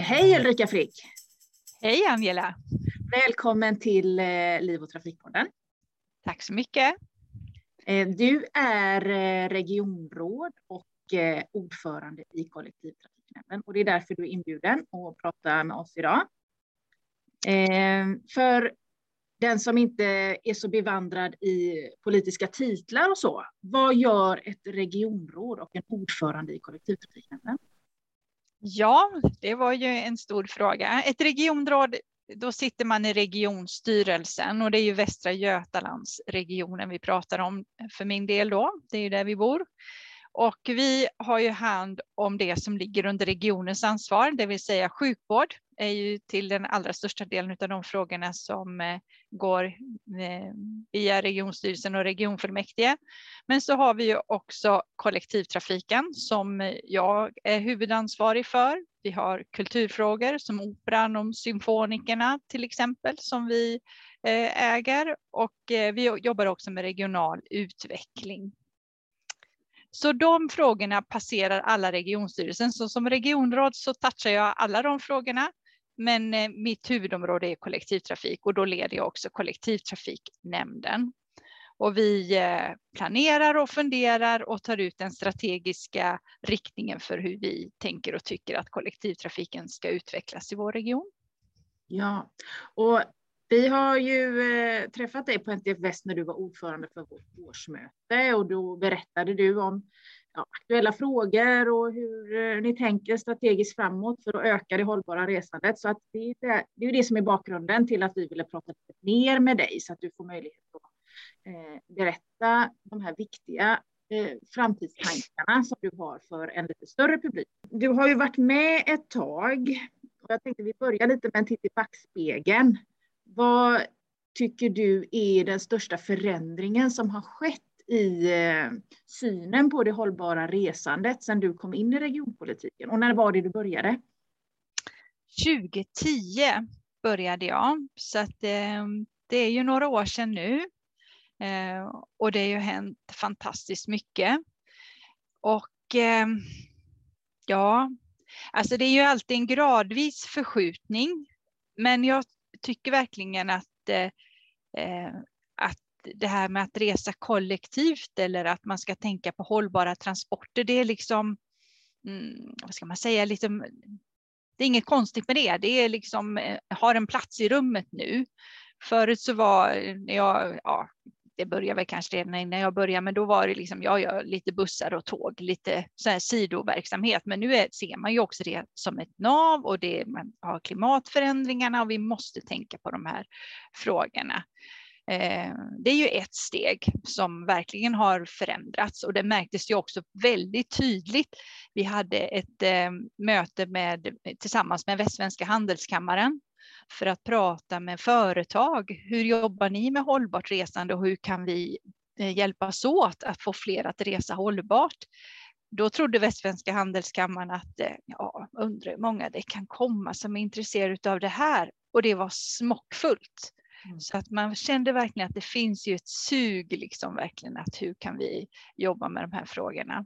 Hej Ulrika Frick! Hej Angela! Välkommen till Liv- och trafikpodden. Tack så mycket. Du är regionråd och ordförande i kollektivtrafiknämnden. Och det är därför du är inbjuden att prata med oss idag. För den som inte är så bevandrad i politiska titlar och så. Vad gör ett regionråd och en ordförande i kollektivtrafiknämnden? Ja, det var ju en stor fråga. Ett regionråd, då sitter man i regionstyrelsen och det är ju Västra Götalandsregionen vi pratar om för min del då. Det är ju där vi bor. Och vi har ju hand om det som ligger under regionens ansvar, det vill säga sjukvård är ju till den allra största delen av de frågorna som går via regionstyrelsen och regionfullmäktige. Men så har vi ju också kollektivtrafiken som jag är huvudansvarig för. Vi har kulturfrågor som operan om symfonikerna till exempel som vi äger och vi jobbar också med regional utveckling. Så de frågorna passerar alla regionstyrelsen. Så som regionråd så touchar jag alla de frågorna. Men mitt huvudområde är kollektivtrafik och då leder jag också kollektivtrafiknämnden. Och vi planerar och funderar och tar ut den strategiska riktningen för hur vi tänker och tycker att kollektivtrafiken ska utvecklas i vår region. Ja, och vi har ju träffat dig på NTF Väst när du var ordförande för vårt årsmöte och då berättade du om aktuella frågor och hur ni tänker strategiskt framåt för att öka det hållbara resandet. Så att det är ju det som är bakgrunden till att vi ville prata lite mer med dig så att du får möjlighet att berätta de här viktiga framtidstankarna som du har för en lite större publik. Du har ju varit med ett tag och jag tänkte vi börjar lite med en titt i backspegeln. Vad tycker du är den största förändringen som har skett i synen på det hållbara resandet sedan du kom in i regionpolitiken? Och när var det du började? 2010 började jag, så att det är ju några år sedan nu. Och det har ju hänt fantastiskt mycket. Och alltså det är ju alltid en gradvis förskjutning. Men jag tycker verkligen att det här med att resa kollektivt eller att man ska tänka på hållbara transporter, det är liksom, vad ska man säga, liksom, det är inget konstigt med det. Det är liksom, har en plats i rummet nu. Förut så var det började väl kanske redan innan jag började, men då var det liksom, jag gör lite bussar och tåg, lite så här sidoverksamhet. Men nu ser man ju också det som ett nav och man har klimatförändringarna och vi måste tänka på de här frågorna. Det är ju ett steg som verkligen har förändrats och det märktes ju också väldigt tydligt. Vi hade ett möte tillsammans med Västsvenska handelskammaren för att prata med företag. Hur jobbar ni med hållbart resande och hur kan vi hjälpas åt att få fler att resa hållbart? Då trodde Västsvenska handelskammaren att undrar hur många det kan komma som är intresserade av det här. Och det var smockfullt. Så att man kände verkligen att det finns ju ett sug liksom verkligen att hur kan vi jobba med de här frågorna.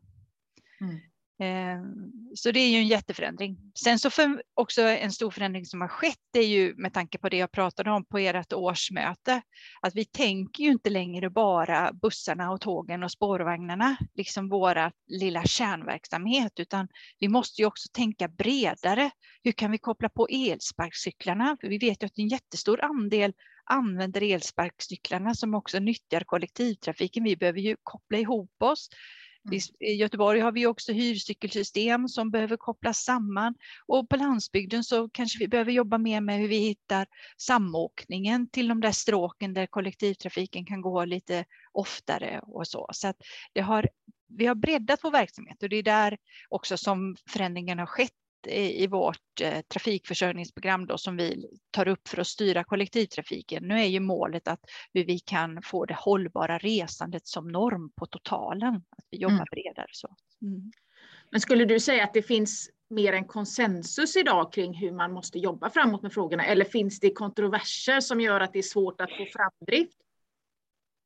Så det är ju en jätteförändring. Sen så också en stor förändring som har skett är ju med tanke på det jag pratade om på ert årsmöte. Att vi tänker ju inte längre bara bussarna och tågen och spårvagnarna, liksom våra lilla kärnverksamhet, utan vi måste ju också tänka bredare. Hur kan vi koppla på elsparkcyklarna? För vi vet ju att en jättestor andel använder elsparkcyklarna som också nyttjar kollektivtrafiken. Vi behöver ju koppla ihop oss. I Göteborg har vi också hyrcykelsystem som behöver kopplas samman och på landsbygden så kanske vi behöver jobba mer med hur vi hittar samåkningen till de där stråken där kollektivtrafiken kan gå lite oftare och så. Så att vi har breddat vår verksamhet och det är där också som förändringen har skett i vårt trafikförsörjningsprogram då, som vi tar upp för att styra kollektivtrafiken. Nu är ju målet att vi kan få det hållbara resandet som norm på totalen. Att vi jobbar bredare så. Men skulle du säga att det finns mer en konsensus idag kring hur man måste jobba framåt med frågorna? Eller finns det kontroverser som gör att det är svårt att få framdrift?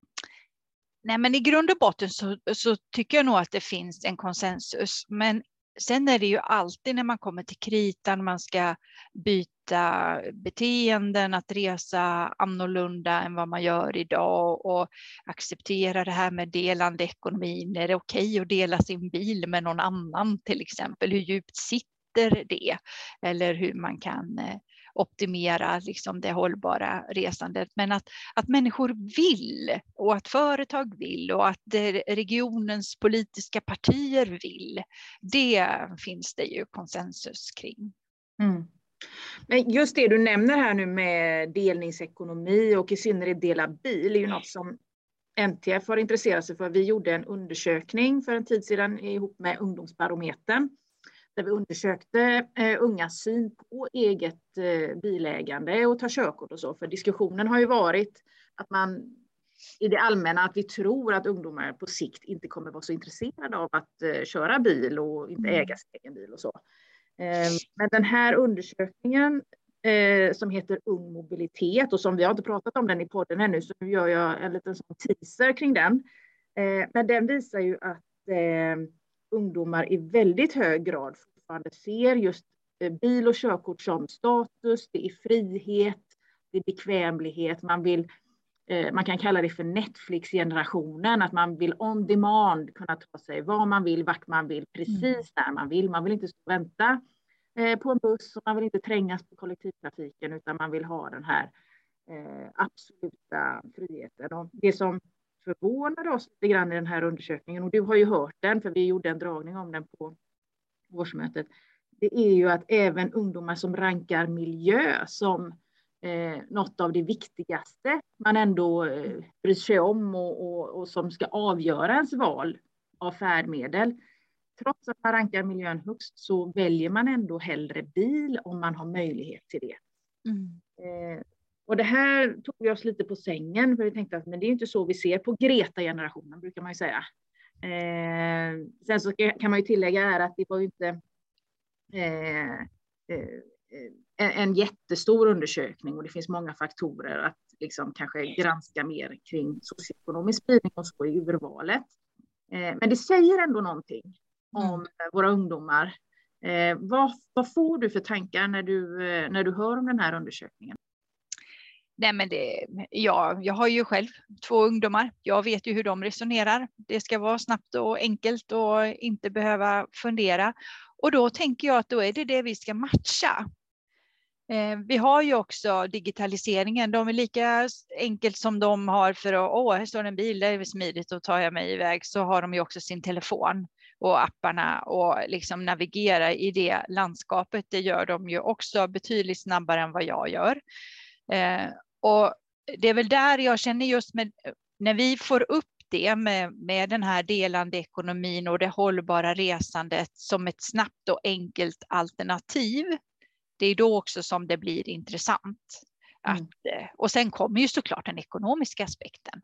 Nej, men i grund och botten så tycker jag nog att det finns en konsensus. Men Sen är det ju alltid när man kommer till kritan, man ska byta beteenden, att resa annorlunda än vad man gör idag och acceptera det här med delande ekonomin. Är det okej att dela sin bil med någon annan till exempel? Hur djupt sitter det? Eller hur man kan optimera liksom det hållbara resandet. Men att människor vill och att företag vill och att regionens politiska partier vill, det finns det ju konsensus kring. Mm. Men just det du nämner här nu med delningsekonomi och i synnerhet dela bil är ju något som NTF har intresserat sig för. Vi gjorde en undersökning för en tid sedan ihop med Ungdomsbarometern där vi undersökte ungas syn på eget bilägande och ta körkort och så. För diskussionen har ju varit att man i det allmänna att vi tror att ungdomar på sikt inte kommer vara så intresserade av att köra bil och inte äga sin egen bil och så. Men den här undersökningen som heter Ung mobilitet och som vi har inte pratat om den i podden ännu så nu gör jag en liten sån teaser kring den. Men den visar ju att ungdomar i väldigt hög grad fortfarande ser just bil och körkort som status, det är frihet, det är bekvämlighet, man kan kalla det för Netflix-generationen, att man vill on demand kunna ta sig var man vill, vart man vill, precis när man vill inte stå och vänta på en buss och man vill inte trängas på kollektivtrafiken utan man vill ha den här absoluta friheten. Och det som förvånade oss lite grann i den här undersökningen, och du har ju hört den för vi gjorde en dragning om den på årsmötet, det är ju att även ungdomar som rankar miljö som något av det viktigaste man ändå bryr sig om och som ska avgöra ens val av färdmedel. Trots att man rankar miljön högst så väljer man ändå hellre bil om man har möjlighet till det. Och det här tog vi oss lite på sängen för vi tänkte att men det är inte så vi ser på Greta-generationen brukar man ju säga. Sen så kan man ju tillägga här att det var ju inte en jättestor undersökning och det finns många faktorer att liksom kanske granska mer kring socioekonomisk spridning och så i urvalet. Men det säger ändå någonting om våra ungdomar. Vad får du för tankar när du hör om den här undersökningen? Nej, men jag har ju själv 2 ungdomar. Jag vet ju hur de resonerar. Det ska vara snabbt och enkelt och inte behöva fundera. Och då tänker jag att då är det vi ska matcha. Vi har ju också digitaliseringen. De är lika enkelt som de har för att, här står en bil, det är smidigt och tar jag mig iväg. Så har de ju också sin telefon och apparna och liksom navigera i det landskapet. Det gör de ju också betydligt snabbare än vad jag gör. Och det är väl där jag känner just när vi får upp det med den här delande ekonomin och det hållbara resandet som ett snabbt och enkelt alternativ. Det är då också som det blir intressant. Och sen kommer ju såklart den ekonomiska aspekten.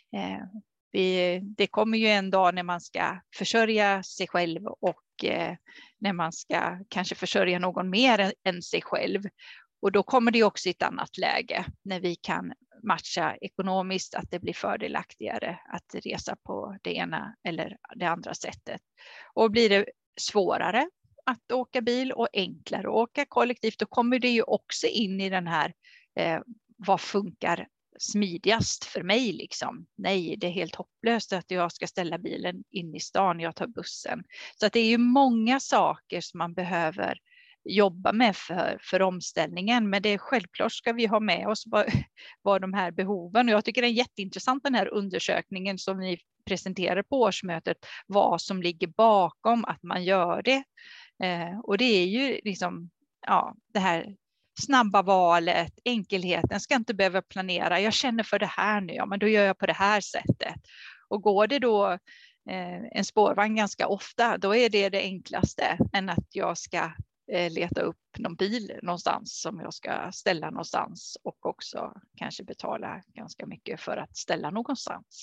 Det kommer ju en dag när man ska försörja sig själv och när man ska kanske försörja någon mer än sig själv. Och då kommer det också i ett annat läge när vi kan matcha ekonomiskt att det blir fördelaktigare att resa på det ena eller det andra sättet. Och blir det svårare att åka bil och enklare att åka kollektivt, då kommer det ju också in i den här vad funkar smidigast för mig liksom. Nej, det är helt hopplöst att jag ska ställa bilen in i stan, jag tar bussen. Så att det är ju många saker som man behöver jobba med för omställningen, men det är självklart ska vi ha med oss vad de här behoven, och jag tycker det är jätteintressant den här undersökningen som ni presenterar på årsmötet, vad som ligger bakom att man gör det. Och det är ju liksom det här snabba valet, enkelheten, ska inte behöva planera, jag känner för det här nu, men då gör jag på det här sättet. Och går det då en spårvagn ganska ofta, då är det enklaste än att jag ska leta upp någon bil någonstans som jag ska ställa någonstans och också kanske betala ganska mycket för att ställa någonstans.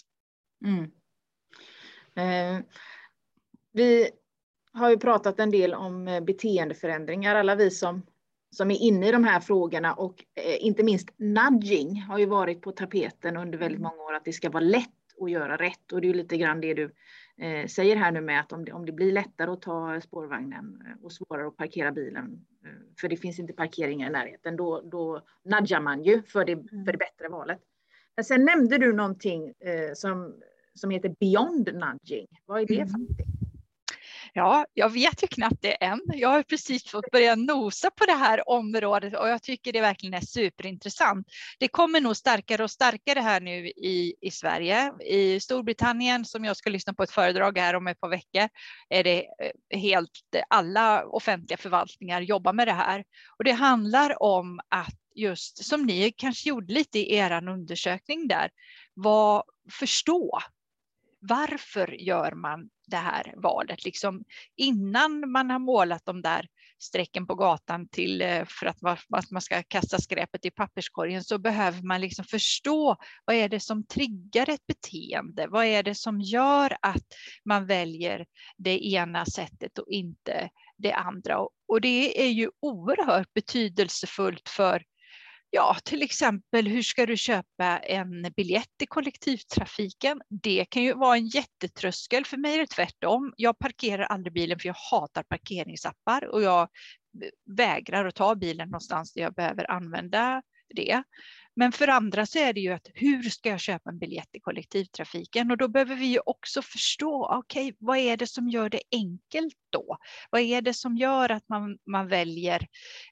Vi har ju pratat en del om beteendeförändringar, alla vi som är inne i de här frågorna, och inte minst nudging har ju varit på tapeten under väldigt många år, att det ska vara lätt och göra rätt. Och det är ju lite grann det du säger här nu med att om det blir lättare att ta spårvagnen och svårare att parkera bilen, för det finns inte parkeringar i närheten, då nudgar man ju för det bättre valet. Men sen nämnde du någonting som heter beyond nudging. Vad är det för någonting? Ja, jag vet ju knappt det än. Jag har precis fått börja nosa på det här området och jag tycker det verkligen är superintressant. Det kommer nog starkare och starkare här nu i Sverige. I Storbritannien, som jag ska lyssna på ett föredrag här om ett par veckor, är det helt alla offentliga förvaltningar jobbar med det här. Och det handlar om att just som ni kanske gjorde lite i er undersökning där, förstå. Varför gör man det här valet? Liksom innan man har målat de där strecken på gatan för att man ska kasta skräpet i papperskorgen, så behöver man liksom förstå vad är det som triggar ett beteende? Vad är det som gör att man väljer det ena sättet och inte det andra? Och det är ju oerhört betydelsefullt för till exempel hur ska du köpa en biljett i kollektivtrafiken? Det kan ju vara en jättetröskel. För mig är det tvärtom. Jag parkerar aldrig bilen för jag hatar parkeringsappar och jag vägrar att ta bilen någonstans där jag behöver använda det. Men för andra så är det ju att hur ska jag köpa en biljett i kollektivtrafiken? Och då behöver vi ju också förstå, vad är det som gör det enkelt då? Vad är det som gör att man väljer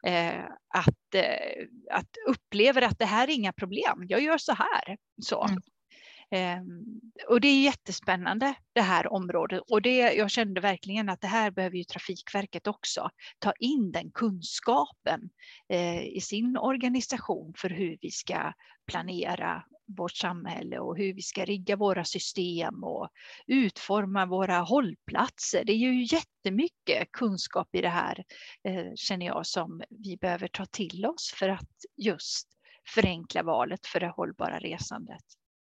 att uppleva att det här är inga problem, jag gör så här. Så. Och det är jättespännande det här området, och jag kände verkligen att det här behöver ju Trafikverket också ta in den kunskapen i sin organisation för hur vi ska planera vårt samhälle och hur vi ska rigga våra system och utforma våra hållplatser. Det är ju jättemycket kunskap i det här känner jag som vi behöver ta till oss för att just förenkla valet för det hållbara resandet.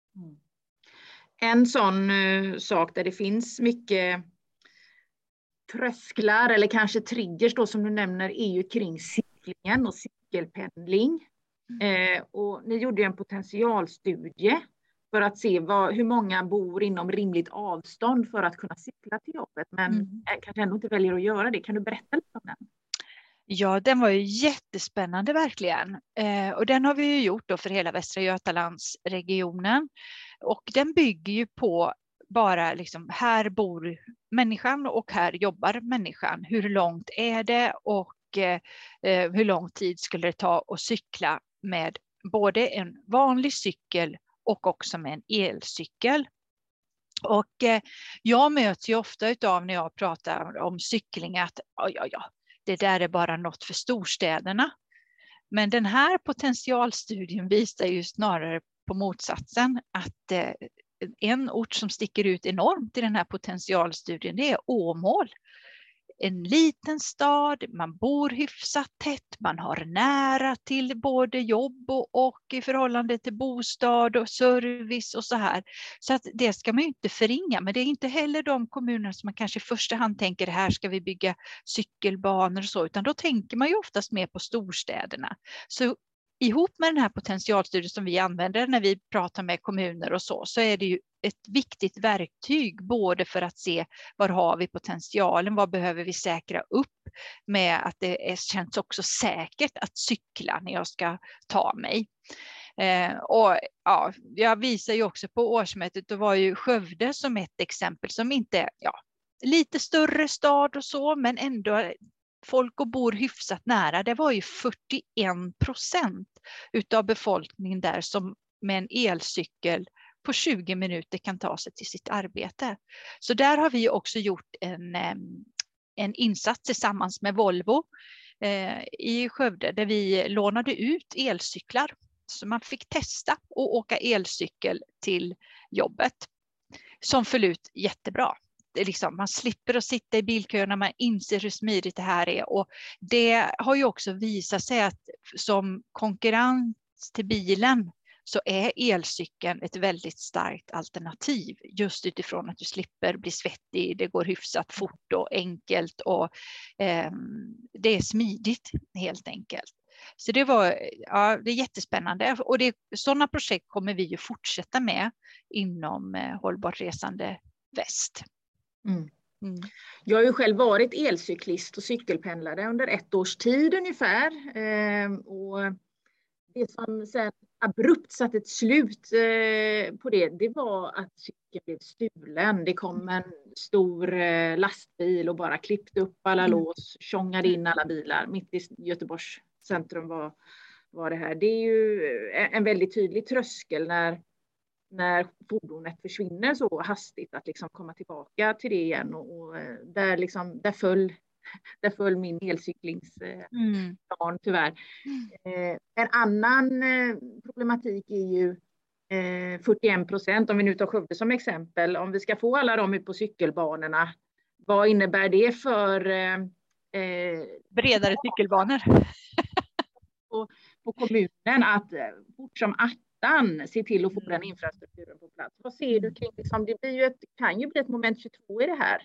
En sån sak där det finns mycket trösklar eller kanske triggers då som du nämner är ju kring cyklingen och cykelpendling. Och ni gjorde en potentialstudie för att se hur många bor inom rimligt avstånd för att kunna cykla till jobbet, men kanske ändå inte väljer att göra det. Kan du berätta lite om den? Ja, den var ju jättespännande verkligen. Och den har vi ju gjort då för hela Västra Götalandsregionen. Och den bygger ju på bara liksom, här bor människan och här jobbar människan. Hur långt är det och hur lång tid skulle det ta att cykla med både en vanlig cykel och också med en elcykel. Och jag möts ju ofta av när jag pratar om cykling att det där är bara något för storstäderna. Men den här potentialstudien visar ju snarare på motsatsen, att en ort som sticker ut enormt i den här potentialstudien, det är Åmål. En liten stad, man bor hyfsat tätt, man har nära till både jobb och i förhållande till bostad och service och så här. Så att det ska man ju inte förringa, men det är inte heller de kommuner som man kanske i första hand tänker här ska vi bygga cykelbanor och så, utan då tänker man ju oftast mer på storstäderna. Så ihop med den här potentialstudien som vi använder när vi pratar med kommuner och så är det ju ett viktigt verktyg både för att se var har vi potentialen, vad behöver vi säkra upp med att det känns också säkert att cykla när jag ska ta mig. Jag visar ju också på årsmötet, då var ju Skövde som ett exempel som inte, lite större stad och så, men ändå folk och bor hyfsat nära. Det var ju 41% utav befolkningen där som med en elcykel på 20 minuter kan ta sig till sitt arbete. Så där har vi också gjort en insats tillsammans med Volvo i Skövde där vi lånade ut elcyklar. Så man fick testa att åka elcykel till jobbet som föll ut jättebra. Det är liksom, man slipper att sitta i bilköerna, man inser hur smidigt det här är. Och det har ju också visat sig att som konkurrens till bilen så är elcykeln ett väldigt starkt alternativ. Just utifrån att du slipper bli svettig, det går hyfsat fort och enkelt och det är smidigt helt enkelt. Så det är jättespännande, och sådana projekt kommer vi ju fortsätta med inom hållbart resande väst. Mm. Jag har ju själv varit elcyklist och cykelpendlare under 1 års tid ungefär. Och det som sen abrupt satte ett slut på det var att cykeln blev stulen. Det kom en stor lastbil och bara klippte upp alla lås, tjongade in alla bilar. Mitt i Göteborgs centrum var det här. Det är ju en väldigt tydlig tröskel när fordonet försvinner så hastigt, att liksom komma tillbaka till det igen, och där föll min elcyklingsplan tyvärr. En annan problematik är ju 41%, om vi nu tar Skövde som exempel. Om vi ska få alla dem ut på cykelbanorna, vad innebär det för bredare cykelbanor? på kommunen att fort som attan se till att få den infrastrukturen på plats. Vad ser du kring liksom, kan ju bli ett moment 22 i det här.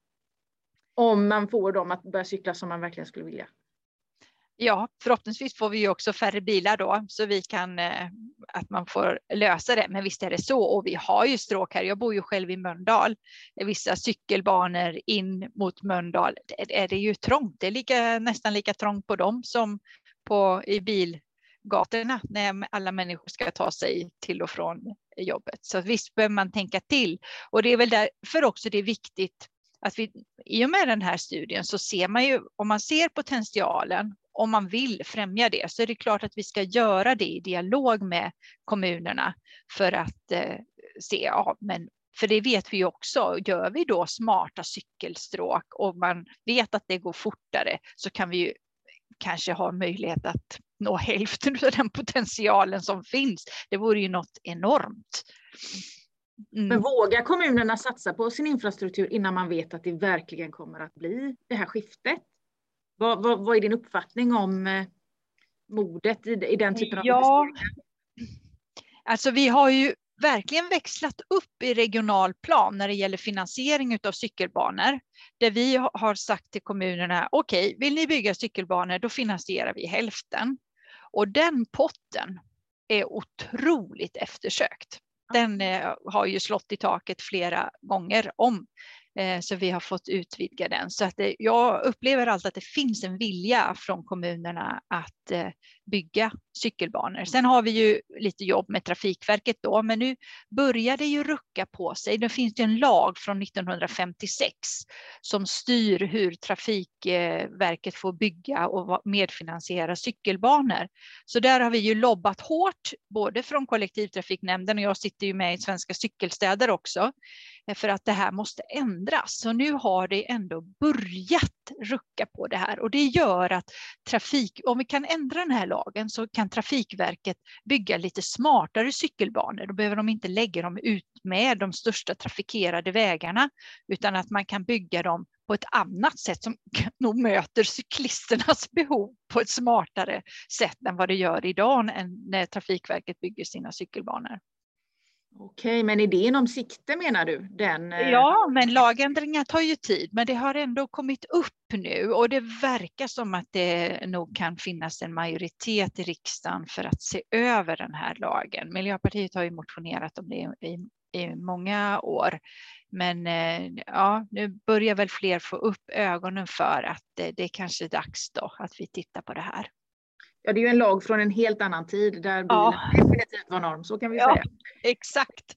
Om man får dem att börja cykla som man verkligen skulle vilja. Ja, förhoppningsvis får vi ju också färre bilar då, så vi kan att man får lösa det. Men visst är det så, och vi har ju stråk här. Jag bor ju själv i Mölndal. Vissa cykelbanor in mot Mölndal är det ju trångt. Det är nästan lika trångt på dem som i bilgatorna när alla människor ska ta sig till och från jobbet. Så visst behöver man tänka till, och det är väl därför också det är viktigt att vi i och med den här studien så ser man ju, om man ser potentialen, om man vill främja det, så är det klart att vi ska göra det i dialog med kommunerna för att se, för det vet vi också, gör vi då smarta cykelstråk och man vet att det går fortare, så kan vi ju kanske ha möjlighet att nå hälften av den potentialen som finns. Det vore ju något enormt. Men vågar kommunerna satsa på sin infrastruktur innan man vet att det verkligen kommer att bli det här skiftet? Vad är din uppfattning om modet i den typen av investeringar? Alltså vi har ju verkligen växlat upp i regional plan när det gäller finansiering av cykelbanor. Där vi har sagt till kommunerna, okej, vill ni bygga cykelbanor, då finansierar vi hälften. Och den potten är otroligt eftersökt. Den har ju slått i taket flera gånger om. Så vi har fått utvidga den. Så att jag upplever alltid att det finns en vilja från kommunerna att bygga cykelbanor. Sen har vi ju lite jobb med Trafikverket då, men nu börjar det ju rucka på sig. Det finns ju en lag från 1956 som styr hur Trafikverket får bygga och medfinansiera cykelbanor. Så där har vi ju lobbat hårt, både från kollektivtrafiknämnden, och jag sitter ju med i Svenska cykelstäder också, för att det här måste ändras. Så nu har det ändå börjat rucka på det här, och det gör att om vi kan ändra den här lagen, så kan Trafikverket bygga lite smartare cykelbanor. Då behöver de inte lägga dem ut med de största trafikerade vägarna, utan att man kan bygga dem på ett annat sätt som nog möter cyklisternas behov på ett smartare sätt än vad det gör idag när Trafikverket bygger sina cykelbanor. Okej, men är det inom sikte menar du? Ja, men lagändringar tar ju tid, men det har ändå kommit upp nu, och det verkar som att det nog kan finnas en majoritet i riksdagen för att se över den här lagen. Miljöpartiet har ju motionerat om det i många år, men ja, nu börjar väl fler få upp ögonen för att det kanske är dags då att vi tittar på det här. Ja, det är ju en lag från en helt annan tid där bilen definitivt var norm, så kan vi säga. Exakt.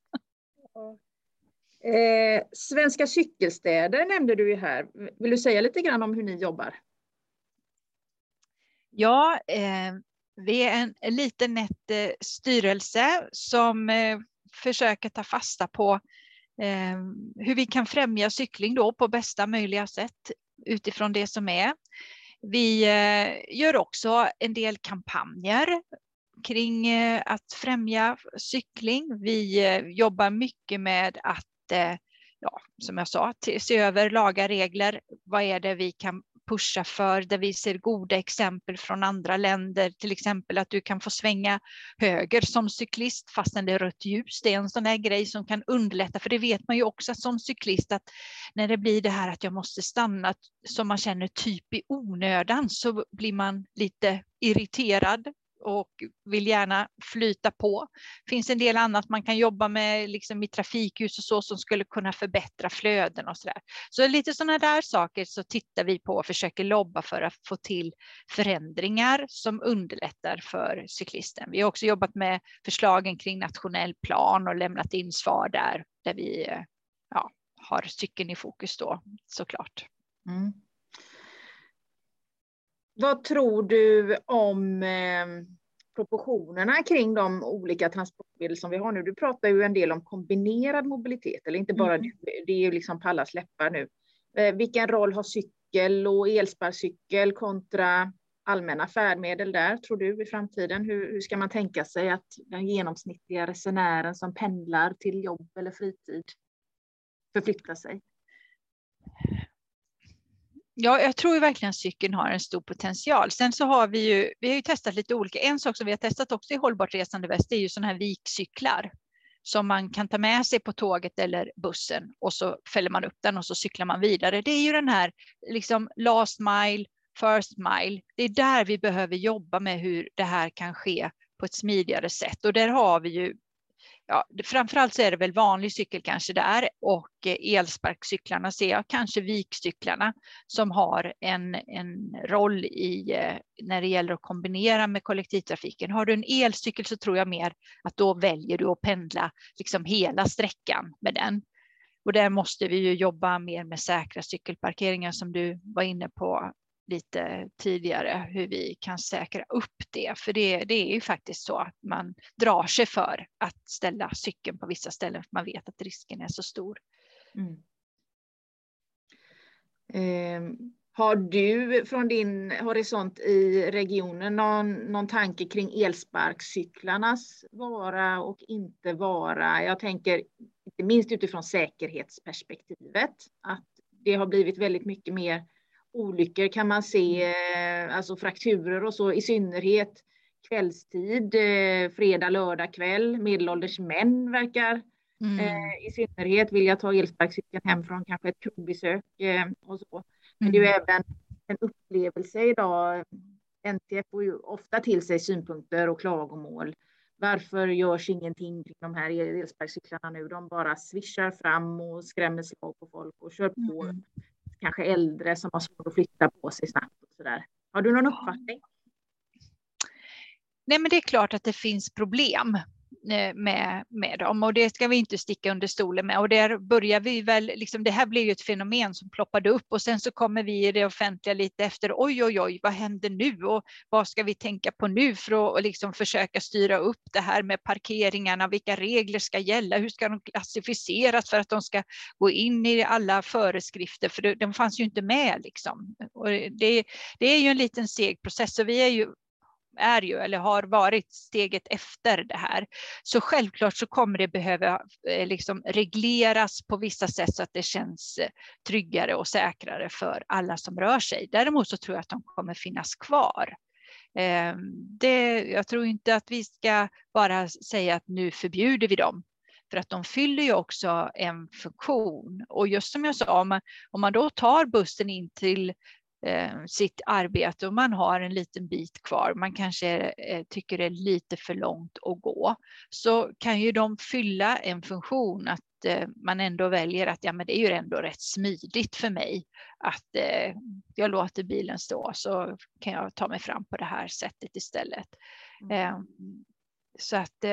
Svenska cykelstäder nämnde du ju här. Vill du säga lite grann om hur ni jobbar? Ja, vi är en liten styrelse som försöker ta fasta på hur vi kan främja cykling då på bästa möjliga sätt utifrån det som är. Vi gör också en del kampanjer kring att främja cykling. Vi jobbar mycket med att, som jag sa, se över lagar, regler. Vad är det vi kan pusha för, där vi ser goda exempel från andra länder. Till exempel att du kan få svänga höger som cyklist fastän det är rött ljus. Det är en sån här grej som kan underlätta, för det vet man ju också som cyklist att när det blir det här att jag måste stanna som man känner typ i onödan, så blir man lite irriterad och vill gärna flyta på. Det finns en del annat man kan jobba med liksom i trafikljus och så, som skulle kunna förbättra flöden och sådär. Så lite sådana där saker så tittar vi på och försöker lobba för att få till förändringar som underlättar för cyklisten. Vi har också jobbat med förslagen kring nationell plan och lämnat in svar där vi har cykeln i fokus då, såklart. Mm. Vad tror du om proportionerna kring de olika transportmedel som vi har nu? Du pratar ju en del om kombinerad mobilitet, eller inte bara det är ju liksom på allas läppar nu. Vilken roll har cykel och elsparkcykel kontra allmänna färdmedel där, tror du, i framtiden? Hur ska man tänka sig att den genomsnittliga resenären som pendlar till jobb eller fritid förflyttar sig? Ja, jag tror ju verkligen att cykeln har en stor potential. Sen så har vi har ju testat lite olika. En sak som vi har testat också i Hållbart Resande Väst, det är ju sådana här vikcyklar som man kan ta med sig på tåget eller bussen, och så fäller man upp den och så cyklar man vidare. Det är ju den här liksom last mile, first mile. Det är där vi behöver jobba med hur det här kan ske på ett smidigare sätt. Och där har vi ju, framförallt så är det väl vanlig cykel kanske där, och elsparkcyklarna ser jag, kanske vikcyklarna som har en roll när det gäller att kombinera med kollektivtrafiken. Har du en elcykel så tror jag mer att då väljer du att pendla liksom hela sträckan med den. Och där måste vi ju jobba mer med säkra cykelparkeringar som du var inne på lite tidigare, hur vi kan säkra upp det. För det är ju faktiskt så att man drar sig för att ställa cykeln på vissa ställen, för man vet att risken är så stor. Har du från din horisont i regionen någon tanke kring elsparkcyklarnas vara och inte vara? Jag tänker inte minst utifrån säkerhetsperspektivet, att det har blivit väldigt mycket mer olyckor kan man se, alltså frakturer och så, i synnerhet kvällstid, fredag, lördag kväll. Medelålders män verkar i synnerhet vilja ta elsparkcykeln hem från kanske ett krogbesök och så. Men det är ju även en upplevelse idag. NTF får ju ofta till sig synpunkter och klagomål. Varför görs ingenting kring de här elsparkcyklarna nu? De bara swishar fram och skrämmer slag på folk och kör på kanske äldre som har svårt att flytta på sig snabbt och sådär. Har du någon uppfattning? Nej, men det är klart att det finns problem med dem, och det ska vi inte sticka under stolen med. Och där börjar vi väl, liksom, det här blir ju ett fenomen som ploppade upp, och sen så kommer vi i det offentliga lite efter, oj, vad händer nu och vad ska vi tänka på nu för att liksom försöka styra upp det här med parkeringarna, vilka regler ska gälla, hur ska de klassificeras för att de ska gå in i alla föreskrifter, för de fanns ju inte med liksom. Och det är ju en liten seg process, och vi är ju eller har varit steget efter det här. Så självklart så kommer det behöva liksom regleras på vissa sätt så att det känns tryggare och säkrare för alla som rör sig. Däremot så tror jag att de kommer finnas kvar. Jag tror inte att vi ska bara säga att nu förbjuder vi dem. För att de fyller ju också en funktion. Och just som jag sa, om man då tar bussen in till sitt arbete och man har en liten bit kvar, man kanske tycker det är lite för långt att gå, så kan ju de fylla en funktion att man ändå väljer att men det är ju ändå rätt smidigt för mig att jag låter bilen stå, så kan jag ta mig fram på det här sättet istället. Så att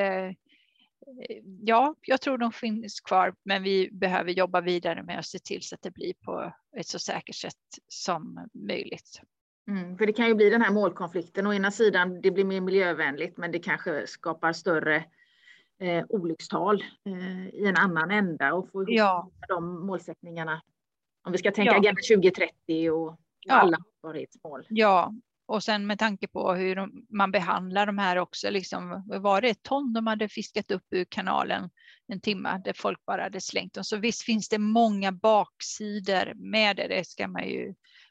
jag tror de finns kvar, men vi behöver jobba vidare med att se till så att det blir på ett så säkert sätt som möjligt. För det kan ju bli den här målkonflikten. Å ena sidan, det blir mer miljövänligt, men det kanske skapar större olyckstal i en annan ända, och få ihop de målsättningarna. Om vi ska tänka Agenda 2030 och alla hållbarhetsmål. Ja. Och sen med tanke på hur man behandlar de här också, liksom, var det ett ton de hade fiskat upp ur kanalen en timme där folk bara hade slängt dem. Så visst finns det många baksidor med det, det ska man ju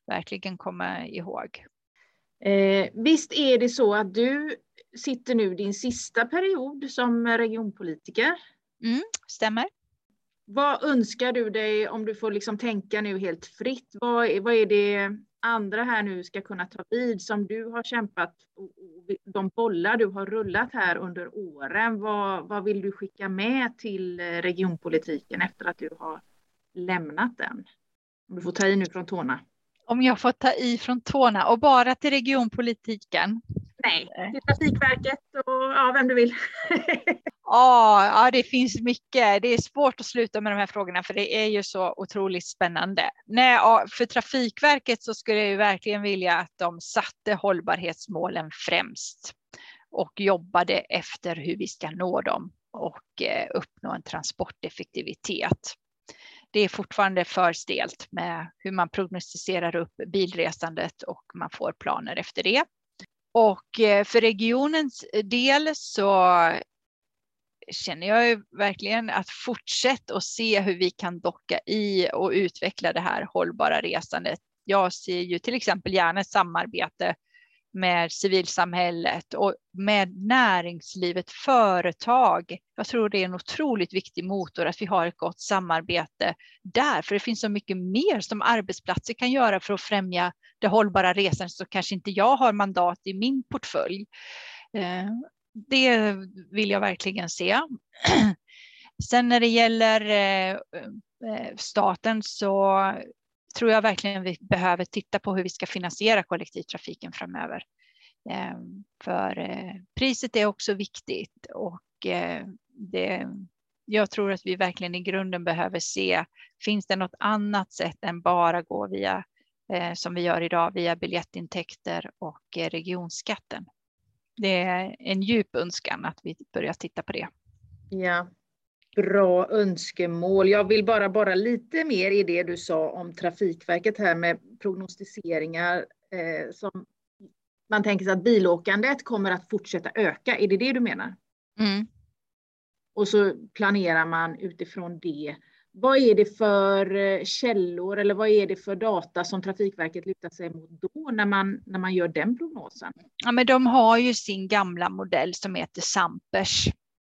verkligen komma ihåg. Visst är det så att du sitter nu din sista period som regionpolitiker? Stämmer. Vad önskar du dig om du får liksom tänka nu helt fritt? Vad är det andra här nu ska kunna ta vid som du har kämpat och de bollar du har rullat här under åren? Vad vill du skicka med till regionpolitiken efter att du har lämnat den? Om du får ta i nu från tårna. Om jag får ta i från tårna och bara till regionpolitiken? Nej, till Trafikverket och vem du vill. Ja, det finns mycket. Det är svårt att sluta med de här frågorna för det är ju så otroligt spännande. Nej, för Trafikverket så skulle jag ju verkligen vilja att de satte hållbarhetsmålen främst och jobbade efter hur vi ska nå dem och uppnå en transporteffektivitet. Det är fortfarande för stelt med hur man prognostiserar upp bilresandet och man får planer efter det. Och för regionens del så känner jag ju verkligen att fortsätta och se hur vi kan docka i och utveckla det här hållbara resandet. Jag ser ju till exempel gärna ett samarbete med civilsamhället och med näringslivet, företag. Jag tror det är en otroligt viktig motor att vi har ett gott samarbete där. För det finns så mycket mer som arbetsplatser kan göra för att främja det hållbara resandet så kanske inte jag har mandat i min portfölj. Det vill jag verkligen se. Sen när det gäller staten så tror jag verkligen vi behöver titta på hur vi ska finansiera kollektivtrafiken framöver. För priset är också viktigt och jag tror att vi verkligen i grunden behöver se, finns det något annat sätt än bara gå via, som vi gör idag, via biljettintäkter och regionskatten. Det är en djup önskan att vi börjar titta på det. Ja, bra önskemål. Jag vill bara lite mer i det du sa om Trafikverket här med prognostiseringar som man tänker sig att bilåkandet kommer att fortsätta öka. Är det det du menar? Mm. Och så planerar man utifrån det. Vad är det för källor eller vad är det för data som Trafikverket lutar sig mot då när man gör den prognosen? Ja, men de har ju sin gamla modell som heter Sampers.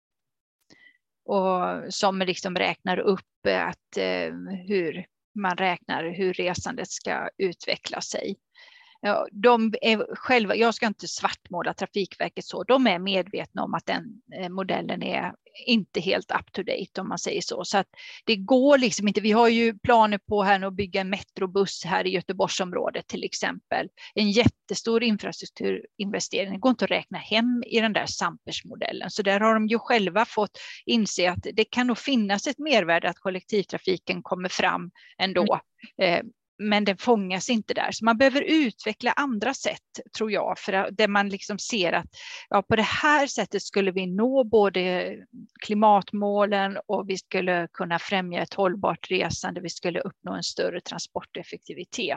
Och som liksom räknar upp hur man räknar hur resandet ska utveckla sig. Ja, de är själva, jag ska inte svartmåla Trafikverket så, de är medvetna om att den modellen är inte helt up to date om man säger så. Så att det går liksom inte, vi har ju planer på här att bygga en metrobuss här i Göteborgsområdet till exempel. En jättestor infrastrukturinvestering, det går inte att räkna hem i den där Sampers-modellen. Så där har de ju själva fått inse att det kan nog finnas ett mervärde att kollektivtrafiken kommer fram ändå. Men den fångas inte där. Så man behöver utveckla andra sätt tror jag. För där man liksom ser att på det här sättet skulle vi nå både klimatmålen och vi skulle kunna främja ett hållbart resande. Vi skulle uppnå en större transporteffektivitet.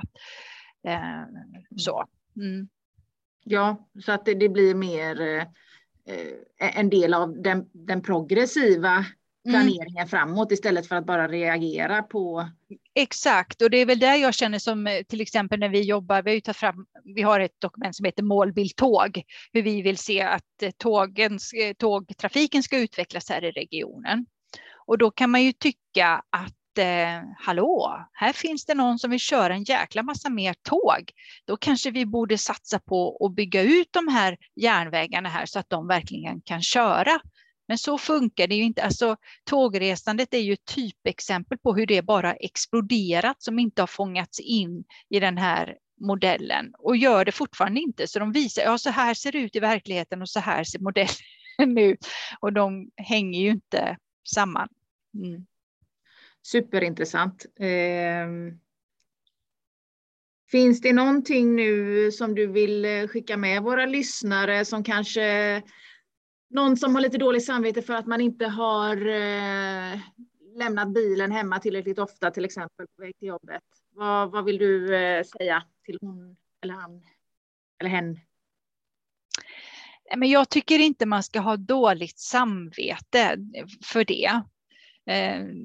Så. Mm. Ja, så att det blir mer en del av den progressiva planeringen framåt istället för att bara reagera på. Exakt, och det är väl där jag känner som till exempel när vi jobbar, vi har ett dokument som heter Målbild tåg, hur vi vill se att tågtrafiken ska utvecklas här i regionen. Och då kan man ju tycka att hallå, här finns det någon som vill köra en jäkla massa mer tåg. Då kanske vi borde satsa på att bygga ut de här järnvägarna här så att de verkligen kan köra. Men så funkar det ju inte. Alltså, tågresandet är ju ett typexempel på hur det bara exploderat som inte har fångats in i den här modellen och gör det fortfarande inte. Så de visar, så här ser det ut i verkligheten och så här ser modellen ut och de hänger ju inte samman. Mm. Superintressant. Finns det någonting nu som du vill skicka med våra lyssnare som kanske någon som har lite dåligt samvete för att man inte har lämnat bilen hemma tillräckligt ofta till exempel på väg till jobbet. Vad vill du säga till hon eller han eller hen? Men jag tycker inte man ska ha dåligt samvete för det.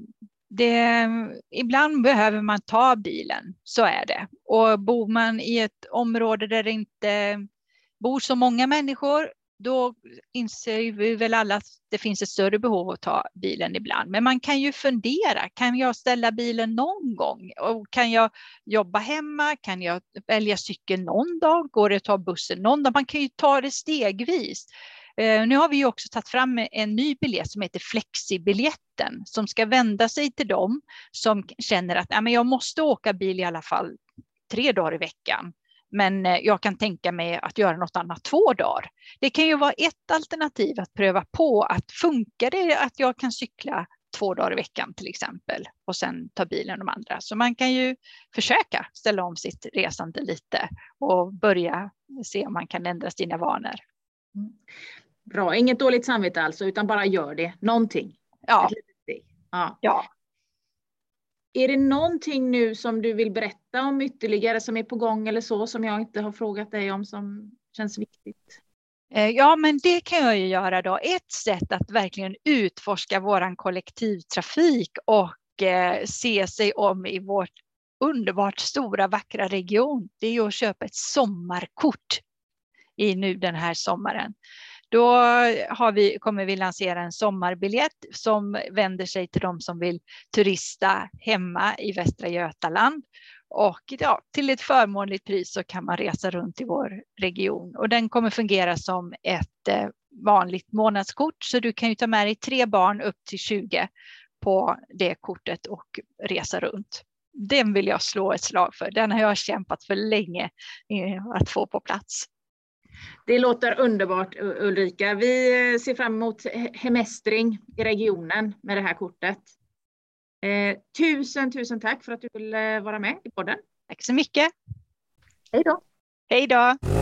Ibland behöver man ta bilen, så är det. Och bor man i ett område där det inte bor så många människor, då inser vi väl alla att det finns ett större behov att ta bilen ibland. Men man kan ju fundera, kan jag ställa bilen någon gång? Och kan jag jobba hemma? Kan jag välja cykel någon dag? Går det att ta bussen någon dag? Man kan ju ta det stegvis. Nu har vi ju också tagit fram en ny biljett som heter Flexibiljetten, som ska vända sig till dem som känner att jag måste åka bil i alla fall 3 dagar i veckan. Men jag kan tänka mig att göra något annat 2 dagar. Det kan ju vara ett alternativ att pröva på. Att funkar det att jag kan cykla 2 dagar i veckan till exempel. Och sen ta bilen de andra. Så man kan ju försöka ställa om sitt resande lite. Och börja se om man kan ändra sina vanor. Bra, inget dåligt samvete alltså. Utan bara gör det. Någonting. Ja. Ja. Är det någonting nu som du vill berätta om ytterligare som är på gång eller så som jag inte har frågat dig om som känns viktigt? Ja, men det kan jag ju göra då. Ett sätt att verkligen utforska våran kollektivtrafik och se sig om i vårt underbart stora vackra region, det är ju att köpa ett sommarkort i nu den här sommaren. Då kommer vi lansera en sommarbiljett som vänder sig till de som vill turista hemma i Västra Götaland. Och till ett förmånligt pris så kan man resa runt i vår region. Och den kommer fungera som ett vanligt månadskort. Så du kan ju ta med dig 3 barn upp till 20 på det kortet och resa runt. Den vill jag slå ett slag för. Den har jag kämpat för länge att få på plats. Det låter underbart, Ulrika. Vi ser fram emot hemestring i regionen med det här kortet. Tusen tack för att du ville vara med i podden. Tack så mycket. Hej då. Hej då.